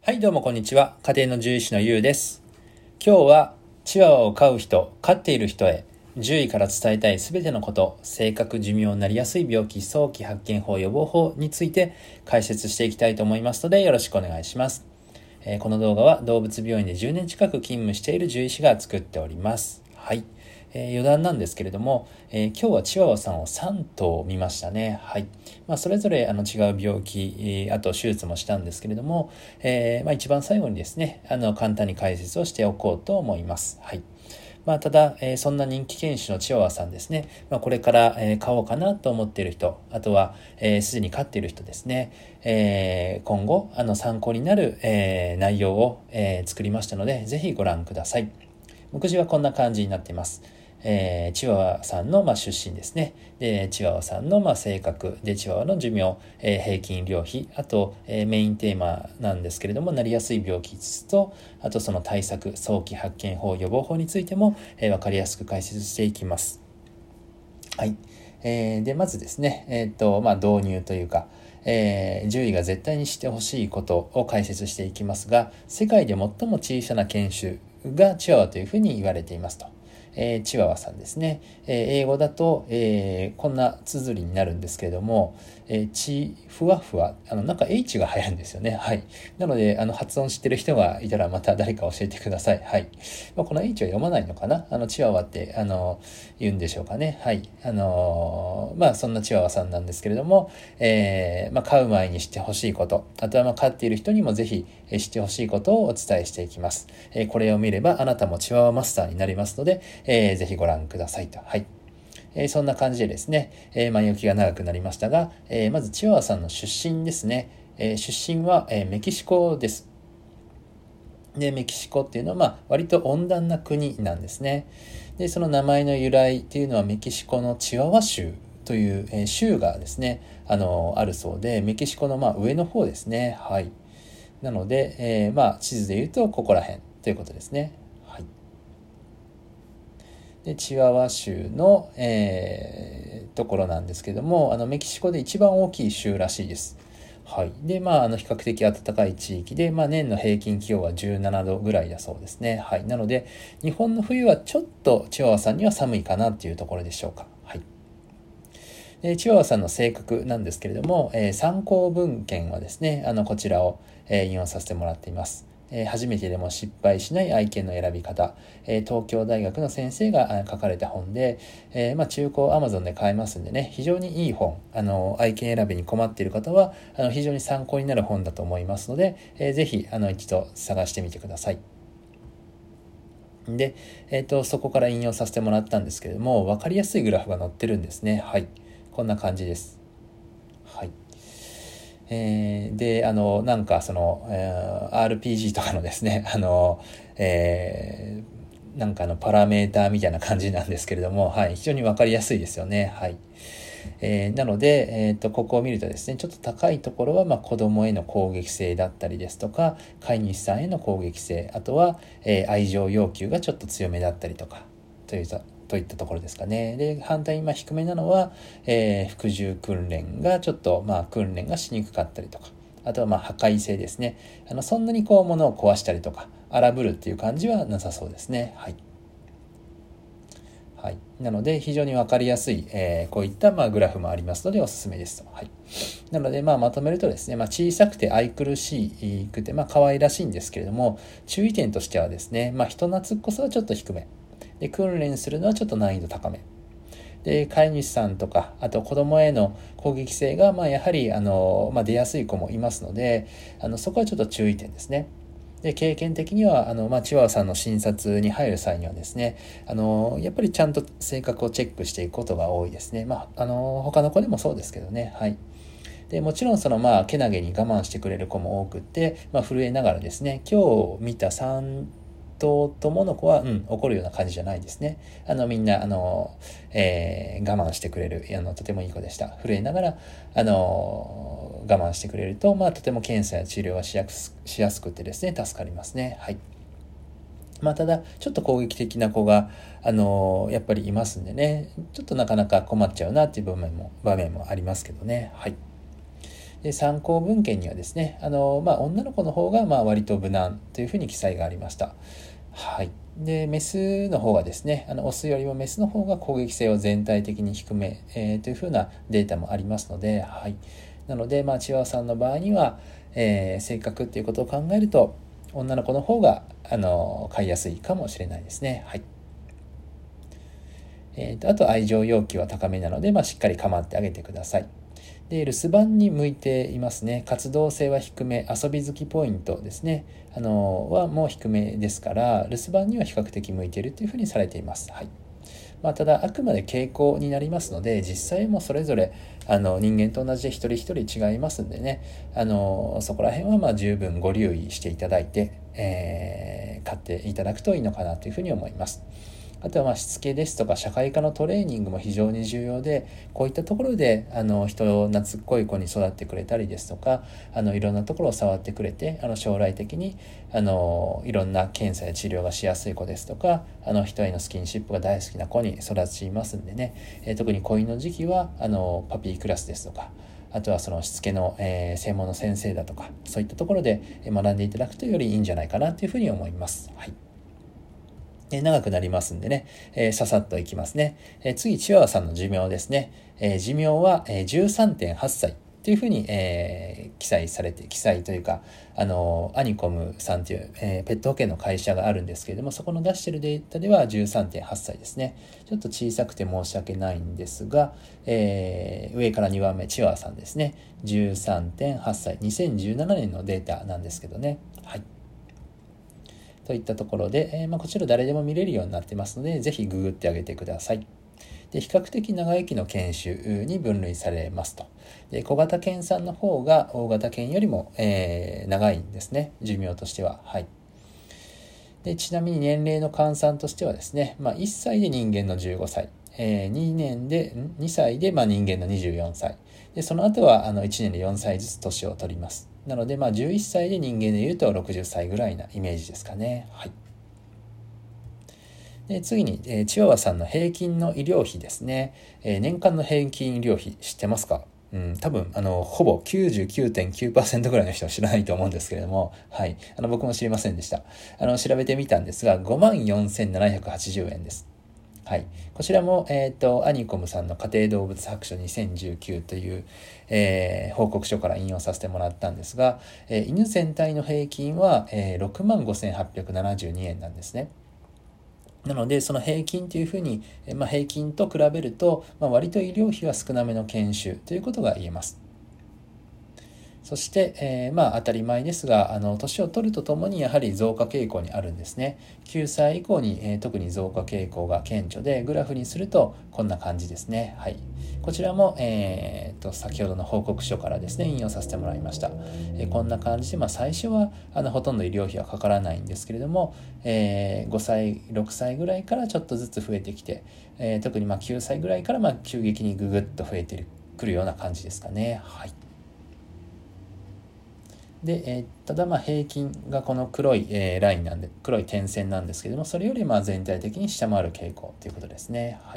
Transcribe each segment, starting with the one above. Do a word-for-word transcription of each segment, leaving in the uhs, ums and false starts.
はい、どうもこんにちは。家庭の獣医師のゆうです。今日はチワワを飼う人、飼っている人へ獣医から伝えたいすべてのこと、性格、寿命、なりやすい病気、早期発見法、予防法について解説していきたいと思いますのでよろしくお願いします。えー、この動画は動物病院でじゅうねん近く勤務している獣医師が作っております。はい。えー、余談なんですけれども、えー、今日はチワワさんをさん頭見ましたね。はい。まあ、それぞれあの違う病気、えー、あと手術もしたんですけれども、えーまあ、一番最後にですね、あの簡単に解説をしておこうと思います。はい。まあ、ただ、えー、そんな人気犬種のチワワさんですね、まあ、これから、えー、飼おうかなと思っている人、あとはすで、えー、に飼っている人ですね、えー、今後あの参考になる、えー、内容を、えー、作りましたので、ぜひご覧ください。目次はこんな感じになっています。えー、チワワさんの、まあ、出身ですね。で、チワワさんの、まあ、性格、で、チワワの寿命、えー、平均療費、あと、えー、メインテーマなんですけれども、なりやすい病気と、あとその対策、早期発見法、予防法についても、えー、わかりやすく解説していきます。はい。えー、で、まずですね、えっと、まあ、導入というか、えー、獣医が絶対にしてほしいことを解説していきますが、世界で最も小さな犬種がチワワというふうに言われていますと。えー、チワワさんですね。えー、英語だと、えー、こんな綴りになるんですけれども、えー、チふわふわ、あの、なんか H が入るんですよね。はい。なので、あの、発音してる人がいたらまた誰か教えてください。はい。まあ、この H は読まないのかな、あの、チワワって、あの、言うんでしょうかね。はい。あのー、まあ、そんなチワワさんなんですけれども、えー、まあ、飼う前にしてほしいこと、あとはまあ、飼っている人にもぜひ知ってほしいことをお伝えしていきます。えー、これを見ればあなたもチワワマスターになりますので、えー、ぜひご覧くださいと。はい。えー、そんな感じでですね、えー、前置きが長くなりましたが、えー、まずチワワさんの出身ですね。えー、出身は、えー、メキシコです。で、メキシコっていうのは、まあ、割と温暖な国なんですね。で、その名前の由来っていうのはメキシコのチワワ州という、えー、州がですね、あの、あるそうで、メキシコのまあ上の方ですね。はい。なので、えー、まあ、地図で言うとここら辺ということですね。はい。で、チワワ州の、えー、ところなんですけども、あの、メキシコで一番大きい州らしいです。はい。で、まあ、あの、比較的暖かい地域で、まあ、年の平均気温はじゅうななどぐらいだそうですね。はい。なので、日本の冬はちょっとチワワさんには寒いかなっていうところでしょうか。はい。で、チワワさんの性格なんですけれども、えー、参考文献はですね、あの、こちらを、えー、引用させてもらっています。えー、初めてでも失敗しない愛犬の選び方、えー、東京大学の先生が書かれた本で、えー、まあ中古アマゾンで買えますんでね、非常にいい本、あの愛犬選びに困っている方はあの非常に参考になる本だと思いますので、えー、ぜひあの一度探してみてください。で、えーと、そこから引用させてもらったんですけれども、分かりやすいグラフが載ってるんですね。はい、こんな感じです。はい。えー、で、あの、なんかその、えー、アールピージー とかのですね、あの、えー、なんかのパラメーターみたいな感じなんですけれども、はい、非常にわかりやすいですよね。はい。えー、なので、えーと、ここを見るとですね、ちょっと高いところは、まあ、子供への攻撃性だったりですとか、飼い主さんへの攻撃性、あとは、えー、愛情要求がちょっと強めだったりとか、というといったところですかね。で、反対にまあ低めなのは、えー、服従訓練がちょっとまあ訓練がしにくかったりとか、あとはまあ破壊性ですね。あのそんなにこう物を壊したりとか荒ぶるっていう感じはなさそうですね。はい。はい、なので非常に分かりやすい、えー、こういったまあグラフもありますのでおすすめですと。はい、なのでまあまとめるとですね、まあ、小さくて愛くるしくてまあ可愛らしいんですけれども、注意点としてはですね、まあ、人懐っこさはちょっと低めで、訓練するのはちょっと難易度高めで、飼い主さんとかあと子供への攻撃性がまあやはりあの、まあ、出やすい子もいますので、あのそこはちょっと注意点ですね。で、経験的には、あの、まあ、チワワさんの診察に入る際にはですね、あの、やっぱりちゃんと性格をチェックしていくことが多いですね。まあ、あの、他の子でもそうですけどね。はい。で、もちろんその、まあ、けなげに我慢してくれる子も多くって、まあ、震えながらですね、今日見たさん頭ともの子は、うん、怒るような感じじゃないですね。あの、みんな、あの、えー、我慢してくれる、あの、とてもいい子でした。震えながら、あの、我慢してくれると、まあ、とても検査や治療がしやすしやすくてですね、助かりますね。はい。まあ、ただ、ちょっと攻撃的な子が、あのやっぱりいますんでね、ちょっとなかなか困っちゃうなっていう場面も、場面もありますけどね。はい。 で参考文献にはですね、あの、まあ、女の子の方がまあ割と無難というふうに記載がありました。はい。でメスの方がですね、あのオスよりもメスの方が攻撃性を全体的に低め、えー、というふうなデータもありますので、はい、なので、まあ、チワワさんの場合には、えー、性格っていうことを考えると女の子の方があの飼いやすいかもしれないですね。はい。えー、とあと愛情要求は高めなので、まあ、しっかり構ってあげてください。で留守番に向いていますね。活動性は低め、遊び好きポイントですね、あのはもう低めですから、留守番には比較的向いているというふうにされています。はい。まあ、ただあくまで傾向になりますので、実際もそれぞれあの人間と同じで一人一人違いますんでね、あのそこら辺はまあ十分ご留意していただいて、えー、買っていただくといいのかなというふうに思います。あとはまあしつけですとか社会科のトレーニングも非常に重要で、こういったところであの人懐っこい子に育ってくれたりですとか、あのいろんなところを触ってくれて、あの将来的にあのいろんな検査や治療がしやすい子ですとか、あの人へのスキンシップが大好きな子に育ちますんでね、えー、特に恋の時期はあのパピークラスですとか、あとはそのしつけの、えー、専門の先生だとか、そういったところで学んでいただくとよりいいんじゃないかなというふうに思います。はい。長くなりますんでね、えー、ささっといきますね。えー、次、チワワさんの寿命ですね。えー、寿命は、えー、じゅうさんてんはっさいというふうに、えー、記載されて、記載というか、あのアニコムさんという、えー、ペット保険の会社があるんですけれども、そこの出しているデータでは じゅうさんてんはっさいですね。ちょっと小さくて申し訳ないんですが、えー、上からにばんめ、チワワさんですね。じゅうさんてんはっさい、にせんじゅうななねんのデータなんですけどね。はい。といったところで、えーまあ、こちら誰でも見れるようになってますので、ぜひググってあげてください。で比較的長生きの犬種に分類されますと。で小型犬さんの方が大型犬よりも、えー、長いんですね、寿命としては。はい。でちなみに年齢の換算としてはですね、まあ、いっさいで人間のじゅうごさい、えー、にねんでにさいでまあ人間のにじゅうよんさいで、その後はあのいちねんでよんさいずつ年を取ります。なのでまあじゅういっさいで人間でいうとろくじゅっさいぐらいなイメージですかね。はい。で次に、えー、チワワさんの平均の医療費ですね。えー、年間の平均医療費知ってますか？うん、多分あのほぼ きゅうじゅうきゅうてんきゅうパーセント ぐらいの人は知らないと思うんですけれども、はい、あの僕も知りませんでした。あの調べてみたんですが ごまんよんせんななひゃくはちじゅうえんです。はい、こちらも、えーと、アニコムさんの家庭動物白書にせんじゅうきゅうという、えー、報告書から引用させてもらったんですが、えー、犬全体の平均は、えー、ろくまんごせんはっぴゃくななじゅうにえんなんですね。なのでその平均というふうに、まあ、平均と比べると、まあ、割と医療費は少なめの犬種ということが言えます。そして、えー、まあ当たり前ですが、あの年を取るとともにやはり増加傾向にあるんですね。きゅうさい以降に、えー、特に増加傾向が顕著で、グラフにするとこんな感じですね。はい。こちらも、えー、と先ほどの報告書からですね引用させてもらいました。えー、こんな感じで、まあ、最初はあのほとんど医療費はかからないんですけれども、えー、ごさいろくさいぐらいからちょっとずつ増えてきて、えー、特にまあきゅうさいぐらいからまあ急激にググッと増えてくるような感じですかね。はい。で、えー、ただまあ平均がこの黒い、えー、ラインなんで、黒い点線なんですけども、それよりまあ全体的に下回る傾向ということですね。はい。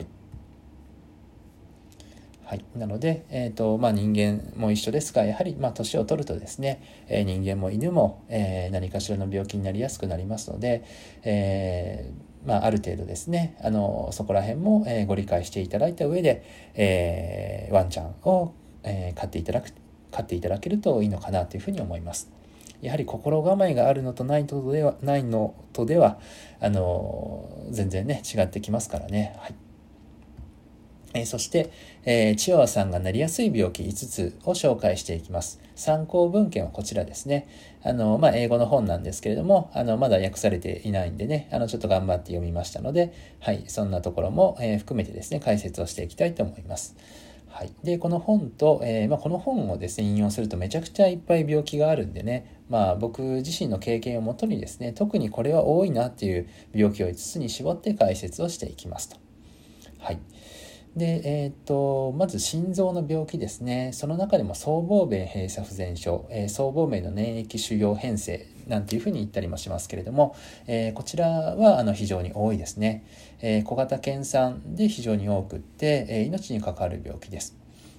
はい、なので、えーとまあ、人間も一緒ですが、やはりまあ年を取るとですね、えー、人間も犬も、えー、何かしらの病気になりやすくなりますので、えーまあ、ある程度ですね、あのそこら辺も、えー、ご理解していただいた上で、えー、ワンちゃんを、えー、飼っていただく飼っていただけるといいのかなというふうに思います。やはり心構えがあるのとないのとではないのとではあの全然ね違ってきますからね。はい。えー、そして、えー、チワワさんがなりやすい病気いつつを紹介していきます。参考文献はこちらですね。あの、まあ、英語の本なんですけれども、あの、まだ訳されていないんでね、あの、ちょっと頑張って読みましたので、はい、そんなところも、えー、含めてですね、解説をしていきたいと思います。はい、でこの本と、えーまあ、この本をですね引用するとめちゃくちゃいっぱい病気があるんでね、まあ、僕自身の経験をもとにですね、特にこれは多いなっていう病気をいつつに絞って解説をしていきますと。はい。で、えー、とまず心臓の病気ですね。その中でも僧帽弁閉鎖不全症、えー、僧帽弁の粘液腫瘍変性なんていうふうに言ったりもしますけれども、えー、こちらはあの非常に多いですね。えー、小型犬さんで非常に多くって、えー、命に関わる病気です。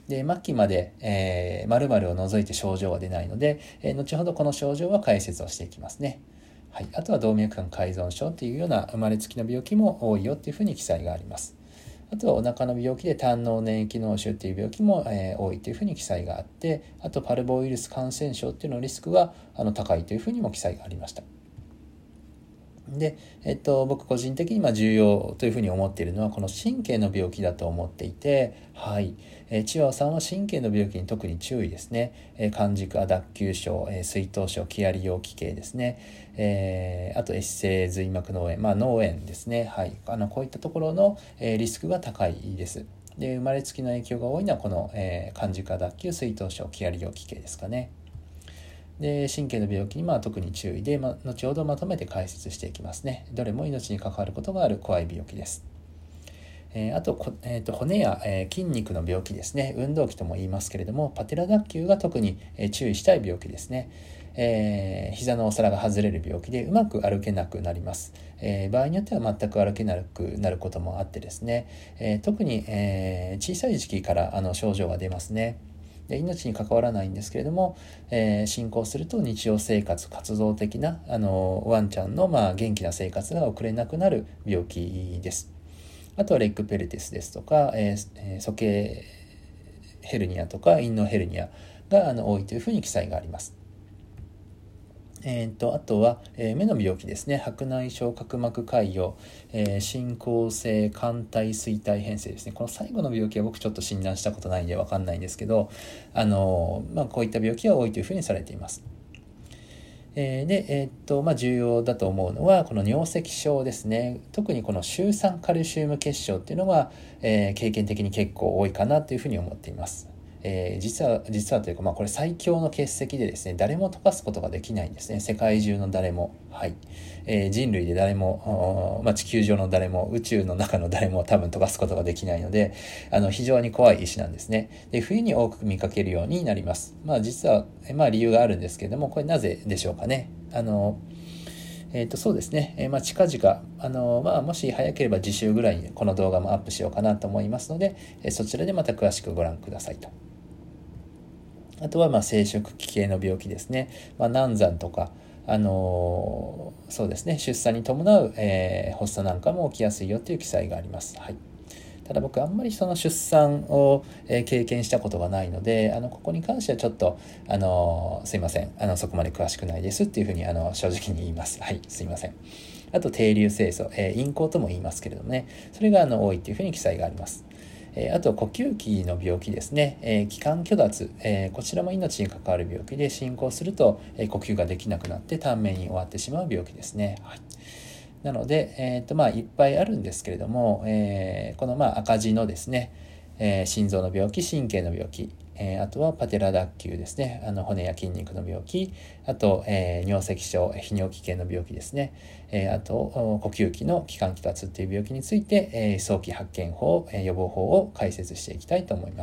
で末期まで、えー、〇〇を除いて症状は出ないので、えー、後ほどこの症状は解説をしていきますね。はい、あとは動脈管改造症というような生まれつきの病気も多いよっていうふうに記載があります。あとはお腹の病気で胆の粘液脳腫っていう病気も、えー、多いというふうに記載があって、あとパルボウイルス感染症っていうのリスクがあの高いというふうにも記載がありました。で、えっと、僕個人的に今重要というふうに思っているのはこの神経の病気だと思っていて、はい、えー、チワワさんは神経の病気に特に注意ですね。えー、肝軸亜脱臼症、えー、水頭症、キアリ陽気系ですね、えー、あと壊性髄膜脳炎、まあ、脳炎ですね、はい、あのこういったところの、えー、リスクが高いです。で生まれつきの影響が多いのはこの、えー、肝軸亜脱臼、水頭症、キアリ陽気系ですかね。で神経の病気にまあ特に注意で、ま、後ほどまとめて解説していきますね。どれも命に関わることがある怖い病気です。えー、あと、えー、と骨や、えー、筋肉の病気ですね。運動器とも言いますけれども、パテラ脱臼が特に、えー、注意したい病気ですね。えー、膝のお皿が外れる病気でうまく歩けなくなります。えー、場合によっては全く歩けなくなることもあってですね、えー、特に、えー、小さい時期からあの症状が出ますね。で命に関わらないんですけれども、えー、進行すると日常生活活動的なあのワンちゃんの、まあ、元気な生活が送れなくなる病気です。あとはレッグペルティスですとか、えー、鼠径ヘルニアとか陰嚢ヘルニアがあの多いというふうに記載があります。えー、とあとは、えー、目の病気ですね。白内障、角膜潰瘍、えー、進行性肝体衰体変性ですね。この最後の病気は僕ちょっと診断したことないんで分かんないんですけど、あのーまあ、こういった病気が多いというふうにされています。えー、で、えーっとまあ、重要だと思うのはこの尿石症ですね。特にこのシュウ酸カルシウム結晶っていうのが、えー、経験的に結構多いかなというふうに思っています。えー、実は実はというか、まあ、これ最強の結石でですね、誰も溶かすことができないんですね。世界中の誰も、はい、えー、人類で誰も、まあ、地球上の誰も宇宙の中の誰も多分溶かすことができないので、あの非常に怖い石なんですね。で冬に多く見かけるようになります。まあ実は、まあ、理由があるんですけれども、これなぜでしょうかね。あのえー、とそうですね、えーまあ、近々あの、まあ、もし早ければ次週ぐらいにこの動画もアップしようかなと思いますので、えー、そちらでまた詳しくご覧くださいと。あとはまあ生殖器系の病気ですね、まあ、難産とか、あのー、そうですね、出産に伴う、えー、発作なんかも起きやすいよという記載があります。はい、ただ僕あんまりその出産を、えー、経験したことがないので、あのここに関してはちょっと、あのー、すいません、あのそこまで詳しくないですっていうふうにあの正直に言います。はい、すいません。あと低流清楚、えー、陰行とも言いますけれどもね、それがあの多いというふうに記載があります。えー、あと呼吸器の病気ですね、えー、気管虚脱、えー、こちらも命に関わる病気で進行すると、えー、呼吸ができなくなって短命に終わってしまう病気ですね。はい、なので、えーとまあ、いっぱいあるんですけれども、えー、このまあ赤字のですね、えー、心臓の病気、神経の病気、えー、あとはパテラ脱臼ですね、あの骨や筋肉の病気、あと、えー、尿石症、泌尿器系の病気ですね、えー、あと呼吸器の気管気脱っていう病気について、えー、早期発見法、えー、予防法を解説していきたいと思います。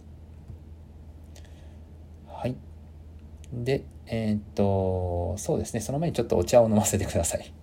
はい。で、えー、っとそうですね、その前にちょっとお茶を飲ませてください。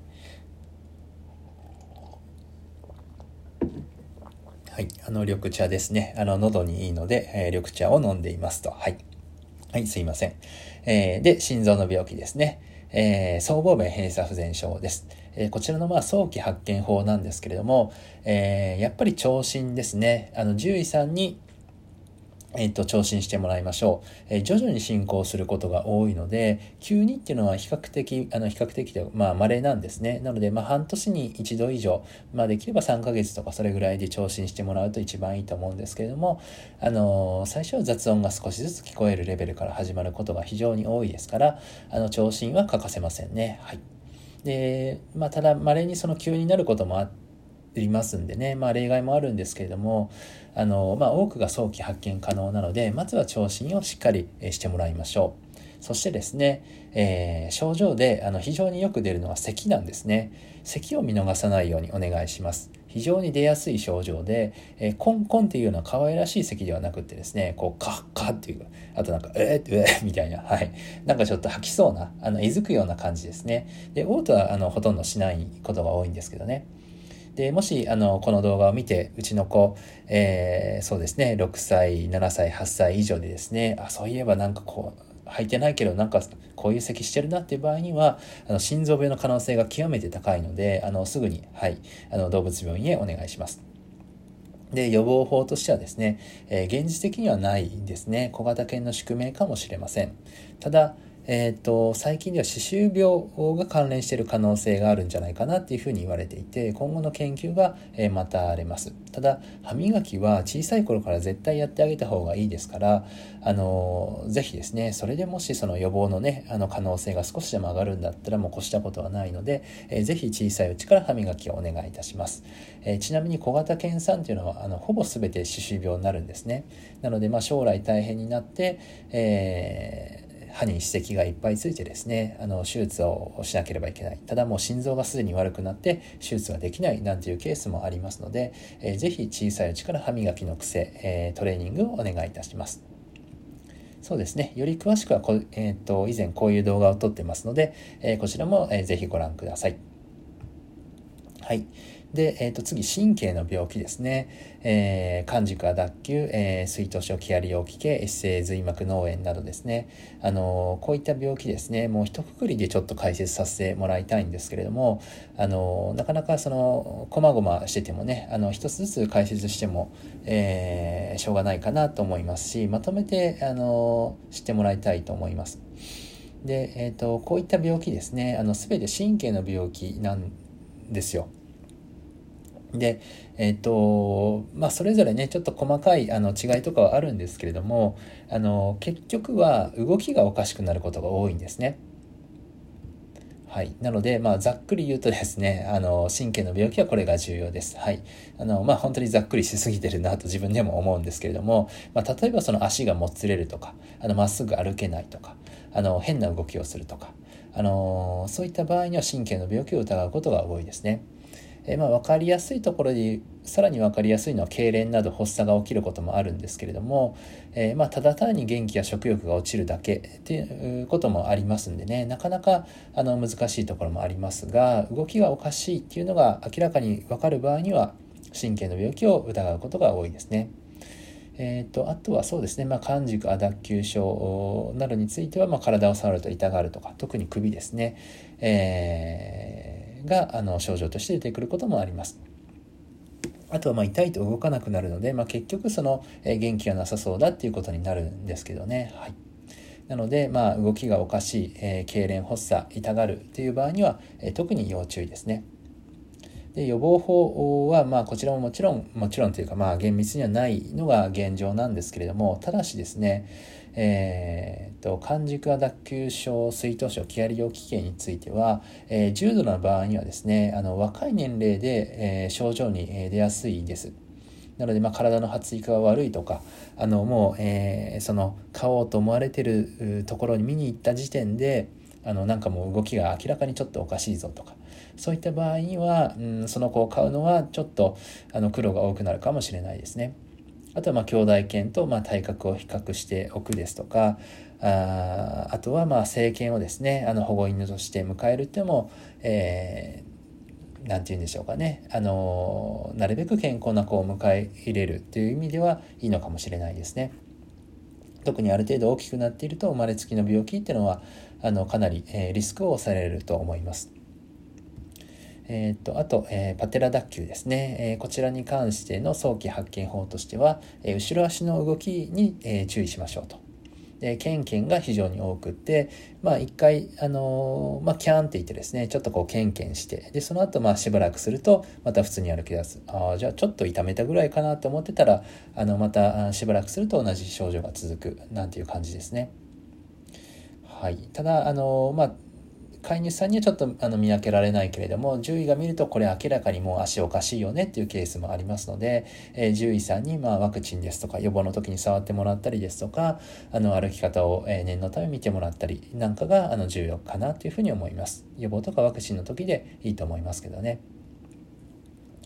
はい、あの緑茶ですね。あの喉にいいので、えー、緑茶を飲んでいますと。はい、はい、すいません。えー、で心臓の病気ですね。えー、僧帽弁閉鎖不全症です。えー、こちらのまあ早期発見法なんですけれども、えー、やっぱり聴診ですね。あの獣医さんにえっと、聴診してもらいましょう。えー、徐々に進行することが多いので、急にっていうのは比較的、あの、比較的で、まあ、稀なんですね。なので、まあ、半年に一度以上、まあ、できればさんかげつとかそれぐらいで聴診してもらうと一番いいと思うんですけれども、あのー、最初は雑音が少しずつ聞こえるレベルから始まることが非常に多いですから、あの、聴診は欠かせませんね。はい。で、まあ、ただ、稀にその急になることもあって、いますんでね、まあ、例外もあるんですけれども、あの、まあ、多くが早期発見可能なので、まずは聴診をしっかりしてもらいましょう。そしてですね、えー、症状であの非常によく出るのは咳なんですね。咳を見逃さないようにお願いします。非常に出やすい症状で、えー、コンコンっていうような可愛らしい咳ではなくてですね、こうカッカッっていう、あとなんかえーってえーみたいな、はい、なんかちょっと吐きそうな、あのいずくような感じですね。で、嘔吐はあのほとんどしないことが多いんですけどね。 でもしあのこの動画を見てうちの子、えー、そうですねろくさいななさいはっさい以上でですね、あそういえばなんかこう履いてないけどなんかこういう咳してるなっていう場合にはあの心臓病の可能性が極めて高いので、あのすぐに、はい、あの動物病院へお願いします。で予防法としてはですね、えー、現実的にはないんですね。小型犬の宿命かもしれません。ただえー、と最近では歯周病が関連している可能性があるんじゃないかなっていうふうに言われていて、今後の研究が、えー、待たれます。ただ歯磨きは小さい頃から絶対やってあげた方がいいですから、あのー、ぜひですね、それでもしその予防のねあの可能性が少しでも上がるんだったらもう越したことはないので、えー、ぜひ小さいうちから歯磨きをお願いいたします。えー、ちなみに小型犬さんというのはあのほぼ全て歯周病になるんですね。なのでまあ将来大変になって、えー歯に歯石がいっぱいついてですね、あの手術をしなければいけない。ただもう心臓がすでに悪くなって手術ができないなんていうケースもありますので、えー、ぜひ小さいうちから歯磨きの癖、えー、トレーニングをお願いいたします。そうですね、より詳しくはこ、えー、と以前こういう動画を撮ってますので、えー、こちらも、えー、ぜひご覧ください。はい。で、えー、と次、神経の病気ですね。えー、肝軸亜脱臼、えー、水頭症キアリ陽気系、越性髄膜脳炎などですね。あのー、こういった病気ですね、もう一括りでちょっと解説させてもらいたいんですけれども、あのー、なかなかその、こまごましててもね、あの、一つずつ解説しても、えー、しょうがないかなと思いますし、まとめて、あのー、知ってもらいたいと思います。で、えー、と、こういった病気ですね、あの、すべて神経の病気なんですよ。で、えっと、まあ、それぞれね、ちょっと細かいあの違いとかはあるんですけれども、あの、結局は動きがおかしくなることが多いんですね。はい。なので、まあ、ざっくり言うとですね、あの、神経の病気はこれが重要です。はい。あの、まあ、本当にざっくりしすぎてるなと自分でも思うんですけれども、まあ、例えばその足がもつれるとか、あの、まっすぐ歩けないとか、あの、変な動きをするとか、あの、そういった場合には神経の病気を疑うことが多いですね。えー、まあ分かりやすいところでさらに分かりやすいのは痙攣など発作が起きることもあるんですけれども、えー、まあただ単に元気や食欲が落ちるだけっていうこともありますんでね、なかなかあの難しいところもありますが、動きがおかしいっていうのが明らかに分かる場合には神経の病気を疑うことが多いですね。えー、とあとはそうですね、まあ、肝軸亜脱臼症などについては、まあ、体を触ると痛がるとか、特に首ですね、えーがあの症状として出てくることもあります。あとはまあ痛いと動かなくなるので、まあ、結局その、えー、元気がなさそうだっていうことになるんですけどね。はい。なので、まあ、動きがおかしい、えー、痙攣発作痛がるっていう場合には、えー、特に要注意ですね。で予防法は、まあ、こちらももちろんもちろんというか、まあ、厳密にはないのが現状なんですけれども、ただしですね、えー、と肝軸亜脱臼症、水頭症、キアリ陽気系については、えー、重度な場合にはですね、あの若い年齢で、えー、症状に出やすいです。なので、まあ、体の発育が悪いとか、あのもう、えー、その買おうと思われてるところに見に行った時点で、あのなんかもう動きが明らかにちょっとおかしいぞとか、そういった場合には、うん、その子を飼うのはちょっとあの苦労が多くなるかもしれないですね。あとはまあ兄弟犬とまあ体格を比較しておくですとか、あ, あとはまあ成犬をですね、あの保護犬として迎えるっていうのも、えー、なんて言うんでしょうかね、あのなるべく健康な子を迎え入れるっていう意味ではいいのかもしれないですね。特にある程度大きくなっていると生まれつきの病気っていうのはあのかなり、えー、リスクを抑えられると思います。えー、とあと、えー、パテラ脱臼ですね、えー、こちらに関しての早期発見法としては、えー、後ろ足の動きに、えー、注意しましょうと。でケンケンが非常に多くって、まあ、一回、あのーまあ、キャーンって言ってですね、ちょっとこうケンケンして、でその後まあしばらくするとまた普通に歩き出す。あじゃあちょっと痛めたぐらいかなと思ってたら、あのまたしばらくすると同じ症状が続くなんていう感じですね。はい、ただ、あのーまあ飼い主さんにはちょっとあの見分けられないけれども、獣医が見るとこれ明らかにもう足おかしいよねっていうケースもありますので、えー、獣医さんにまあワクチンですとか予防の時に触ってもらったりですとか、あの歩き方を念のため見てもらったりなんかがあの重要かなというふうに思います。予防とかワクチンの時でいいと思いますけどね。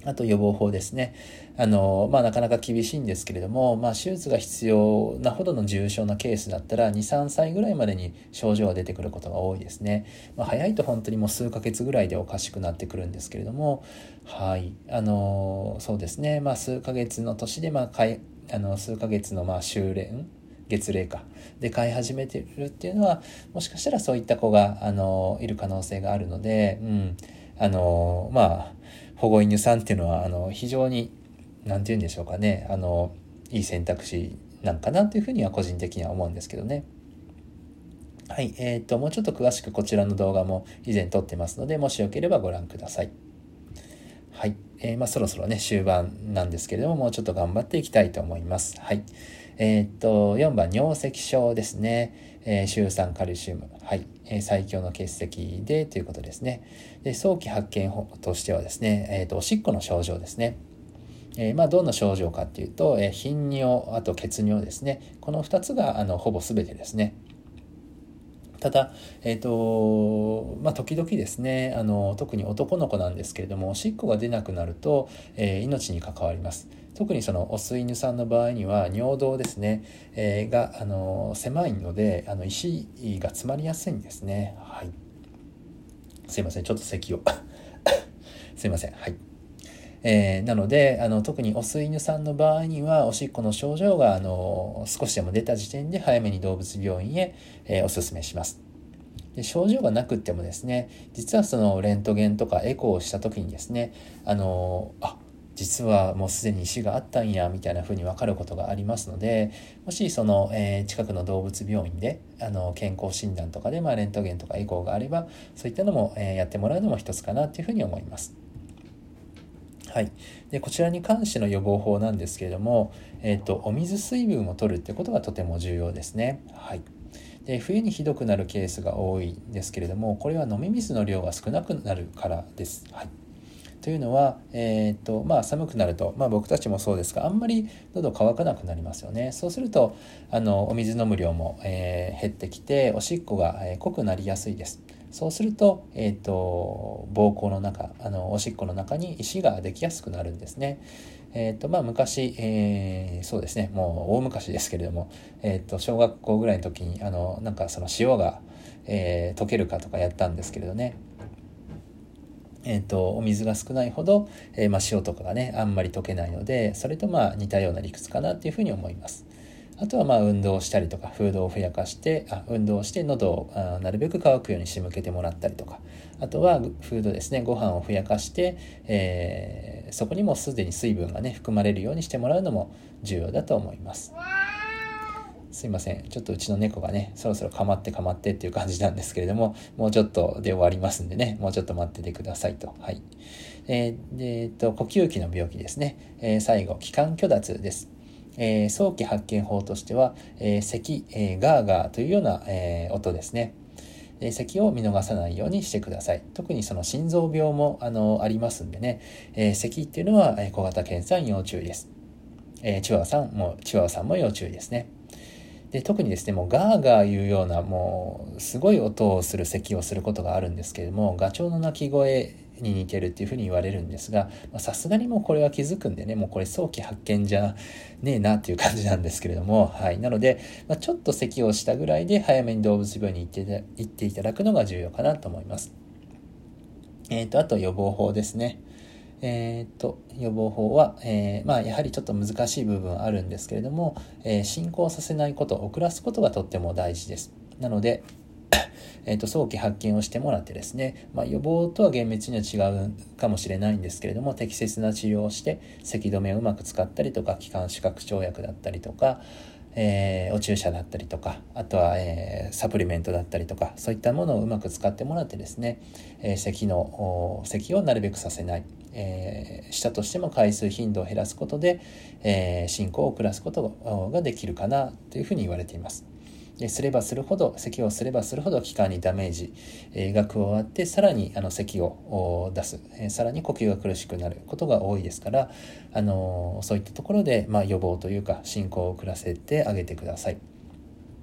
あと予防法ですね。あの、まあ、なかなか厳しいんですけれども、まあ、手術が必要なほどの重症なケースだったらに、さんさいぐらいまでに症状が出てくることが多いですね。まあ、早いと本当にもう数ヶ月ぐらいでおかしくなってくるんですけれども、はい、あの、そうですね。まあ、数ヶ月の年で、まあ、かい、あの、数ヶ月の、まあ、週例、月齢かで飼い始めてるっていうのは、もしかしたらそういった子が、あの、いる可能性があるので、うん、あの、まあ、保護犬さんっていうのはあの非常に何て言うんでしょうかね、あのいい選択肢なんかなというふうには個人的には思うんですけどね。はい、えー、ともうちょっと詳しくこちらの動画も以前撮ってますので、もしよければご覧ください。はい、えーまあ、そろそろね終盤なんですけれども、もうちょっと頑張っていきたいと思います。はい、えー、っとよんばん尿石症ですね、えー、シュウ酸カルシウム、はい、えー、最強の結石でということですね。で早期発見法としてはですね、えー、っとおしっこの症状ですね。えー、まあどんな症状かっていうと、えー、頻尿、あと血尿ですね。このふたつがあのほぼ全てですね。ただ、えーとまあ、時々ですね、あの特に男の子なんですけれども、おしっこが出なくなると、えー、命に関わります。特にそのオス犬さんの場合には尿道ですね、えー、があの狭いので、あの石が詰まりやすいんですね。はい、すいません、ちょっと咳をすいません。はい、えー、なのであの特にオス犬さんの場合には、おしっこの症状があの少しでも出た時点で早めに動物病院へ、えー、お勧めします。で症状がなくってもですね、実はそのレントゲンとかエコーをした時にですね、あのあ実はもうすでに石があったんやみたいな風に分かることがありますので、もしその、えー、近くの動物病院であの健康診断とかで、まあ、レントゲンとかエコーがあれば、そういったのも、えー、やってもらうのも一つかなというふうに思います。はい、でこちらに関しての予防法なんですけれども、えーと、お水水分を取るってことがとても重要ですね。はい、で冬にひどくなるケースが多いんですけれども、これは飲み水の量が少なくなるからです。はい、というのは、えーとまあ、寒くなると、まあ、僕たちもそうですが、あんまり喉乾かなくなりますよね。そうするとあのお水飲む量も、えー、減ってきて、おしっこが、えー、濃くなりやすいです。そうすると、えーと、膀胱の中、あのおしっこの中に石ができやすくなるんですね。えーとまあ、昔、えー、そうですね、もう大昔ですけれども、えーと小学校ぐらいの時にあのなんかその塩が、えー、溶けるかとかやったんですけれどね、えーと、お水が少ないほど、えーまあ、塩とかがねあんまり溶けないので、それとまあ似たような理屈かなっていうふうに思います。あとはまあ運動したりとか、フードをふやかしてあ運動して喉をあなるべく乾くように仕向けてもらったりとか、あとはフードですね、ご飯をふやかして、えー、そこにもすでに水分がね含まれるようにしてもらうのも重要だと思います。すいません、ちょっとうちの猫がねそろそろかまってかまってっていう感じなんですけれども、もうちょっとで終わりますんでね、もうちょっと待っててくださいと。はい、えー、でえー、っと呼吸器の病気ですね、えー、最後気管虚脱です。えー、早期発見法としては、えー、咳、えー、ガーガーというような、えー、音ですね。えー、咳を見逃さないようにしてください。特にその心臓病もあのありますんでね、えー、咳っていうのは、えー、小型犬さん要注意です。えー、チワワさんもチワワさんも要注意ですね。で特にですね、もうガーガーいうようなもうすごい音をする咳をすることがあるんですけれども、ガチョウの鳴き声に似てるっていうふうに言われるんですが、さすがにもうこれは気づくんでね、もうこれ早期発見じゃねえなっていう感じなんですけれども、はい、なので、まあ、ちょっと咳をしたぐらいで早めに動物病院に行って行っていただくのが重要かなと思います。えーと、あと予防法ですね。えー、と予防法は、えーまあ、やはりちょっと難しい部分はあるんですけれども、えー、進行させないこと、遅らすことがとっても大事です。なので、えー、と早期発見をしてもらってですね、まあ、予防とは厳密には違うかもしれないんですけれども、適切な治療をして咳止めをうまく使ったりとか、気管支拡張薬だったりとか、えー、お注射だったりとか、あとは、えー、サプリメントだったりとか、そういったものをうまく使ってもらってですね、えー、咳の咳をなるべくさせない、えー、したとしても回数頻度を減らすことで、えー、進行を遅らすことができるかなというふうに言われています。ですればするほど、咳をすればするほど気管にダメージが加わって、さらにあの咳を出す、さらに呼吸が苦しくなることが多いですから、あのそういったところで、まあ、予防というか進行を遅らせてあげてください。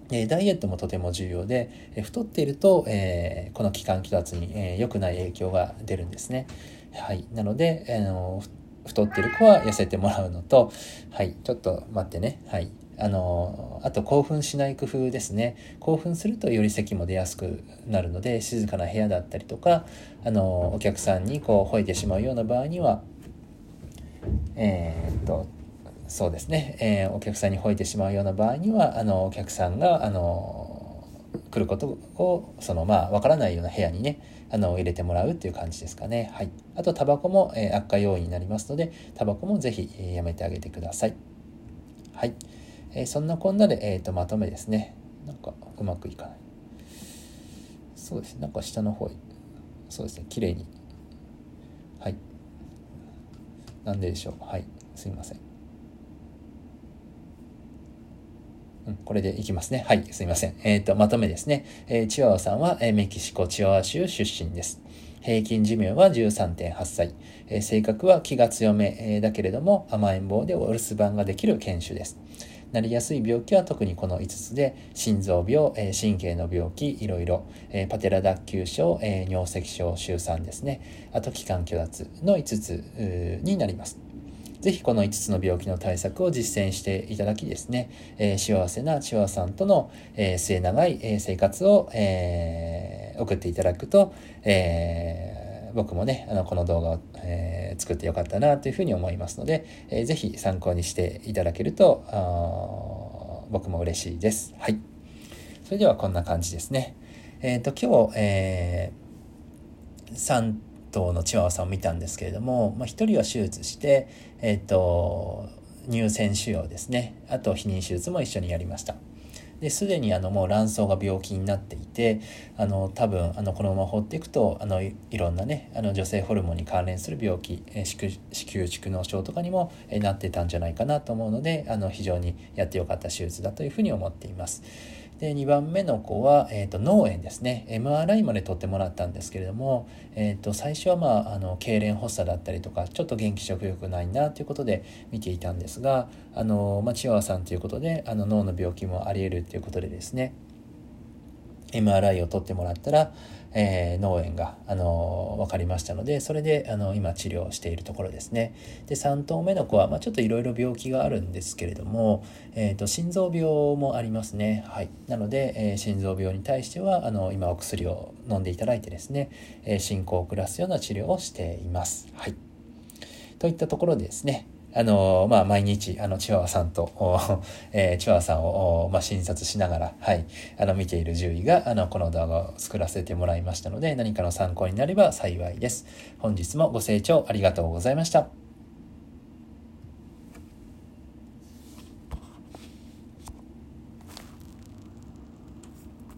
えーダイエットもとても重要で、えー太っていると、えーこの気管気圧に、えー良くない影響が出るんですね。はい。なので、あのふ太っている子は痩せてもらうのと、はい。ちょっと待ってね。はい。あのあと興奮しない工夫ですね。興奮するとより咳も出やすくなるので、静かな部屋だったりとか、あのお客さんにこう吠えてしまうような場合には、えーっとそうですね、えーお客さんに吠えてしまうような場合には、あのお客さんがあの来ることをそのまあわからないような部屋にね、あの入れてもらうっていう感じですかね。はい。あとタバコも、えー悪化要因になりますので、タバコもぜひ、えーやめてあげてください。はい。えーそんなこんなで、えーとまとめですね。なんかうまくいかない。そうですね。なんか下の方、そうですね。綺麗に。はい。なんででしょう。はい。すいません。うん、これでいきますね。はい、すいません。えっと、まとめですね。えーチワワさんは、えーメキシコチワワ州出身です。平均寿命は じゅうさんてんはっさい。えー性格は気が強め、えーだけれども甘えん坊でお留守番ができる犬種です。なりやすい病気は特にこのいつつで、心臓病、えー神経の病気、いろいろ、えーパテラ脱臼症、えー尿石症、週さんですね。あと気管虚脱のいつつになります。ぜひこのいつつの病気の対策を実践していただきですね、えー幸せなチワワさんとの、えー末長い、えー生活を、えー送っていただくと、えー僕もね、あのこの動画を、えー作ってよかったなというふうに思いますので、えーぜひ参考にしていただけるとあー僕も嬉しいです。はい。それではこんな感じですね。えっと、今日、えー、さん頭のチワワさんを見たんですけれども、まあ、ひとりは手術して、えっと、乳腺腫瘍ですね。あと、避妊手術も一緒にやりました。で、すでにあのもう卵巣が病気になっていて、あの多分あのこのまま放っていくと、あのい、いろんなね、あの女性ホルモンに関連する病気、えー子宮子宮蓄膿症とかにも、えーなってたんじゃないかなと思うので、あの非常にやってよかった手術だというふうに思っています。で、にばんめの子は、えーと、脳炎ですね。エムアールアイ まで取ってもらったんですけれども、えーと、最初は、まあ、あの痙攣発作だったりとか、ちょっと元気食欲ないなということで見ていたんですが、あの、まあ、チワワさんということで、あの脳の病気もあり得るということでですね、エムアールアイ を取ってもらったら、えー、脳炎が、あのー、分かりましたので、それで、あの今治療しているところですね。で、さん頭目の子は、まあ、ちょっといろいろ病気があるんですけれども、えーと、心臓病もありますね。はい。なので、えー心臓病に対しては、あの今お薬を飲んでいただいてですね、えー進行を遅らすような治療をしています。はい。といったところでですね、あのまあ、毎日あのチワワさんと、えーチワワさんを、まあ、診察しながら、はい、あの見ている獣医があのこの動画を作らせてもらいましたので、何かの参考になれば幸いです。本日もご清聴ありがとうございました。